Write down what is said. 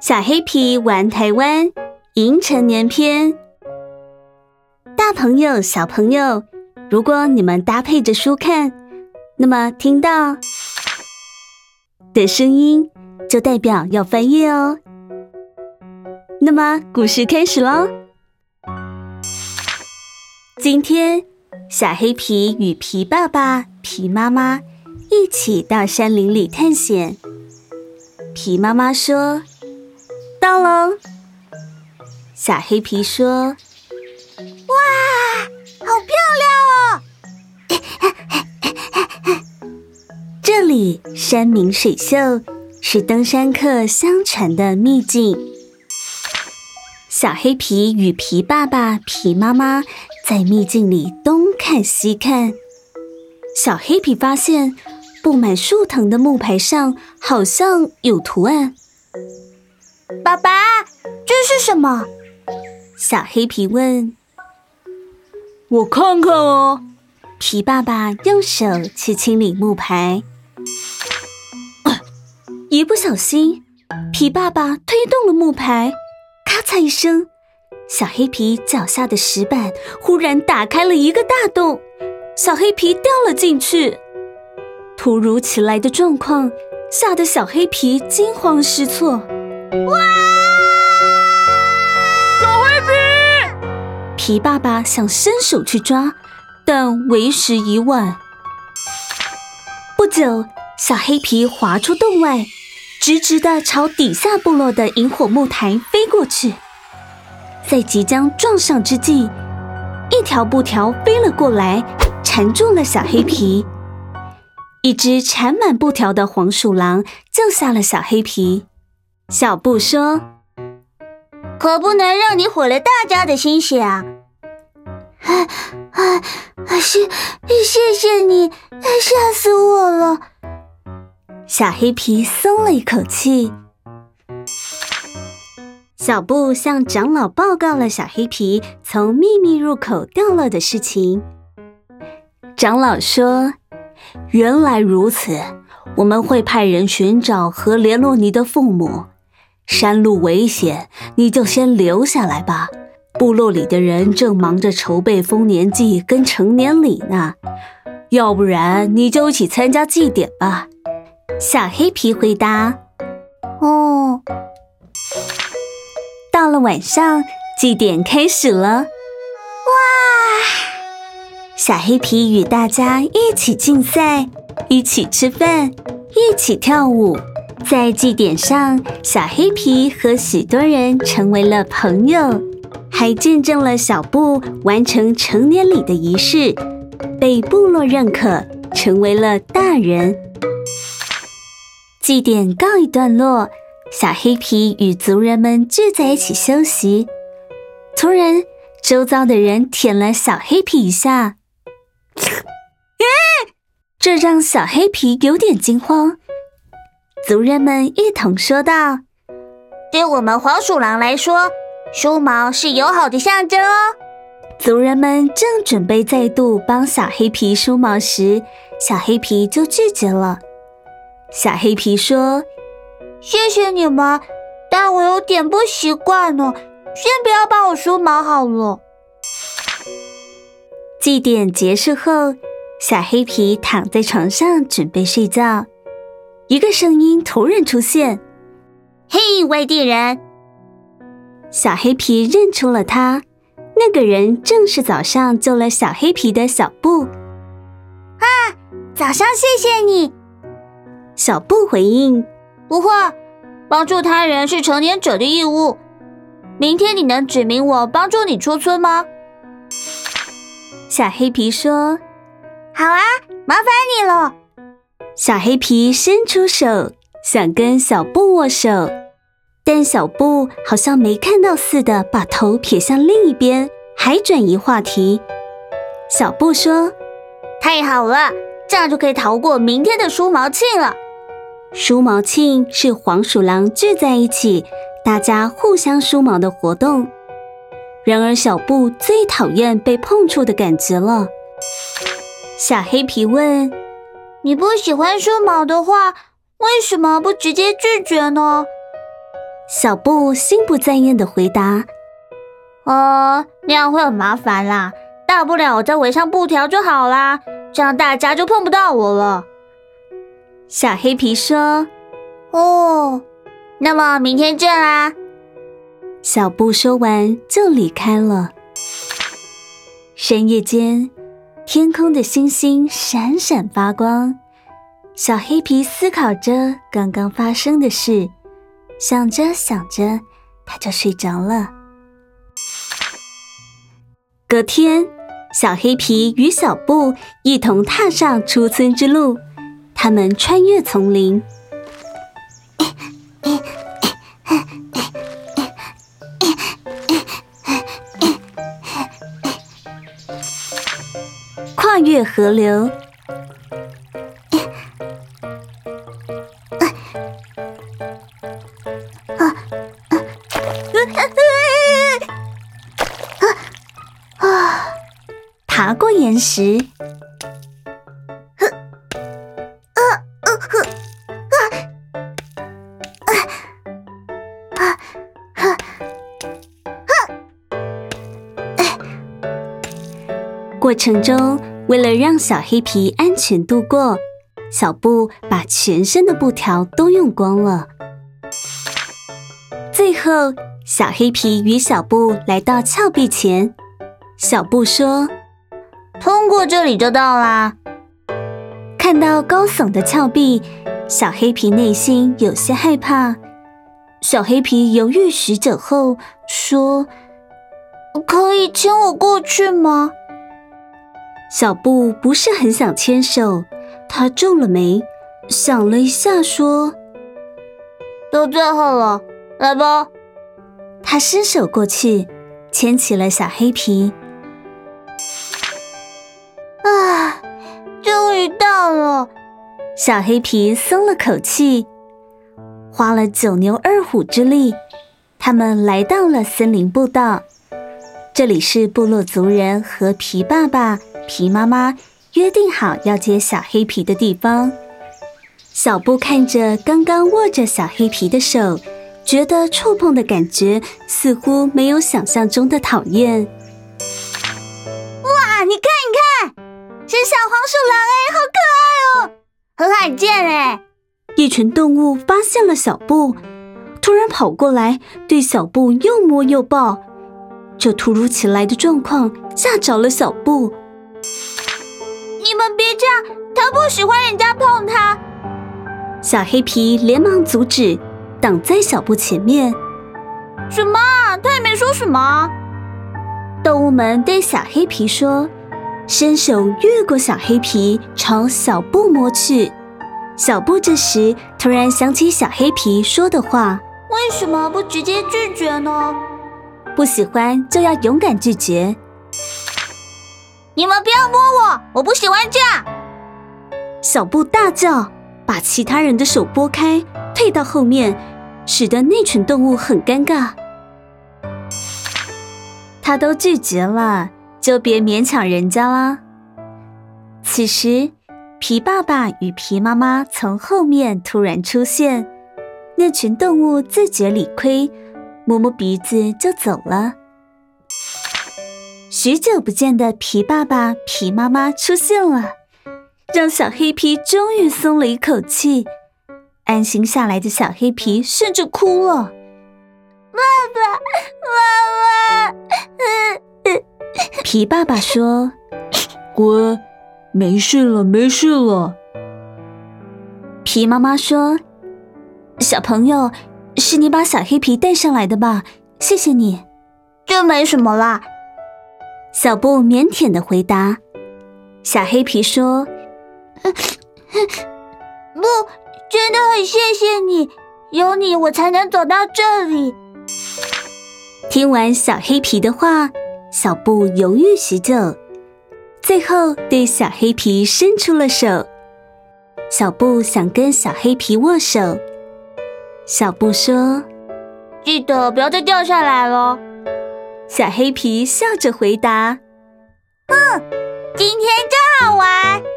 小黑皮玩台湾迎成年篇。大朋友小朋友，如果你们搭配着书看，那么听到的声音就代表要翻页哦。那么故事开始咯。今天小黑皮与皮爸爸、皮妈妈一起到山林里探险。皮妈妈说：到咯。小黑皮说： 哇，好漂亮哦！ 这里山明水秀，是登山客相传的秘境。小黑皮与皮爸爸、皮妈妈在秘境里东看西看。小黑皮发现布满树藤的木牌上好像有图案。 爸爸，这是什么？ 小黑皮问。 我看看哦。 皮爸爸用手去清理木牌，一不小心，皮爸爸推动了木牌，咔嚓一声，小黑皮脚下的石板忽然打开了一个大洞，小黑皮掉了进去。突如其来的状况吓得小黑皮惊慌失措。 哇！ 小黑皮！ 皮爸爸想伸手去抓，但为时已晚。不久，小黑皮滑出洞外，直直地朝底下部落的萤火木台飞过去。在即将撞上之际，一条布条飞了过来，缠住了小黑皮。一只缠满布条的黄鼠狼救下了小黑皮。小布说： 可不能让你毁了大家的心血啊！谢谢你，吓死我了。 小黑皮松了一口气。小布向长老报告了小黑皮从秘密入口掉落的事情。长老说：原来如此，我们会派人寻找和联络你的父母。山路危险，你就先留下来吧。部落里的人正忙着筹备丰年祭跟成年礼呢，要不然你就一起参加祭典吧。小黑皮回答： 哦。 到了晚上，祭典开始了。哇！小黑皮与大家一起竞赛，一起吃饭，一起跳舞。在祭典上，小黑皮和许多人成为了朋友，还见证了小布完成成年礼的仪式，被部落认可，成为了大人。祭典告一段落，小黑皮与族人们聚在一起休息。突然，周遭的人舔了小黑皮一下，这让小黑皮有点惊慌。族人们一同说道： 对我们黄鼠狼来说，梳毛是友好的象征哦。 族人们正准备再度帮小黑皮梳毛时，小黑皮就拒绝了。小黑皮说： 谢谢你们，但我有点不习惯呢，先不要帮我梳毛好了。 祭典结束后，小黑皮躺在床上准备睡觉。一个声音突然出现： 嘿，外地人！ 小黑皮认出了他，那个人正是早上救了小黑皮的小布。 啊，早上谢谢你。 小布回应： 不会，帮助他人是成年者的义务。明天你能指明我帮助你出村吗？ 小黑皮说： 好啊，麻烦你了。 小黑皮伸出手，想跟小布握手，但小布好像没看到似的，把头撇向另一边，还转移话题。小布说： 太好了，这样就可以逃过明天的梳毛庆了。 梳毛庆是黄鼠狼聚在一起，大家互相梳毛的活动。然而小布最讨厌被碰触的感觉了。小黑皮问： 你不喜欢梳毛的话，为什么不直接拒绝呢？ 小布心不在焉地回答： 那样会很麻烦啦，大不了我再围上布条就好啦，这样大家就碰不到我了。 小黑皮说： 那么明天见啦。 小布说完就离开了。深夜间，天空的星星闪闪发光，小黑皮思考着刚刚发生的事，想着想着，他就睡着了。隔天，小黑皮与小布一同踏上出村之路，他们穿越丛林，跨越河流，爬过岩石，过程中，为了让小黑皮安全度过，小布把全身的布条都用光了。最后，小黑皮与小布来到峭壁前，小布说： 通过这里就到啦。 看到高耸的峭壁，小黑皮内心有些害怕。小黑皮犹豫许久后说： 可以牵我过去吗？ 小布不是很想牵手，他皱了眉，想了一下说： 都最后了，来吧。 他伸手过去，牵起了小黑皮。 终于到了。 小黑皮松了口气，花了9牛2虎之力，他们来到了森林步道。这里是部落族人和皮爸爸、皮妈妈约定好要接小黑皮的地方。小布看着刚刚握着小黑皮的手，觉得触碰的感觉似乎没有想象中的讨厌。 哇，你看，是小黄鼠狼好可爱哦，很罕见一群动物发现了小布，突然跑过来，对小布又摸又抱。这突如其来的状况吓着了小布。 你们别这样，他不喜欢人家碰他。 小黑皮连忙阻止，挡在小布前面。 什么？他也没说什么。 动物们对小黑皮说，伸手越过小黑皮，朝小布摸去。小布这时突然想起小黑皮说的话： 为什么不直接拒绝呢？ 不喜欢就要勇敢拒绝。 你们不要摸我不喜欢这样。 小布大叫，把其他人的手拨开，退到后面，使得那群动物很尴尬。他都拒绝了，就别勉强人家啦。此时，皮爸爸与皮妈妈从后面突然出现，那群动物自觉理亏，摸摸鼻子就走了。许久不见的皮爸爸、皮妈妈出现了，让小黑皮终于松了一口气。安心下来的小黑皮甚至哭了。 爸爸， 皮爸爸说：乖，没事了，没事了。皮妈妈说：小朋友，是你把小黑皮带上来的吧？谢谢你。 这没什么啦。 小布腼腆地回答。小黑皮说： 不，真的很谢谢你，有你我才能走到这里。 听完小黑皮的话，小布犹豫许久，最后对小黑皮伸出了手。小布想跟小黑皮握手，小布说： 记得不要再掉下来了。 小黑皮笑着回答： 今天真好玩。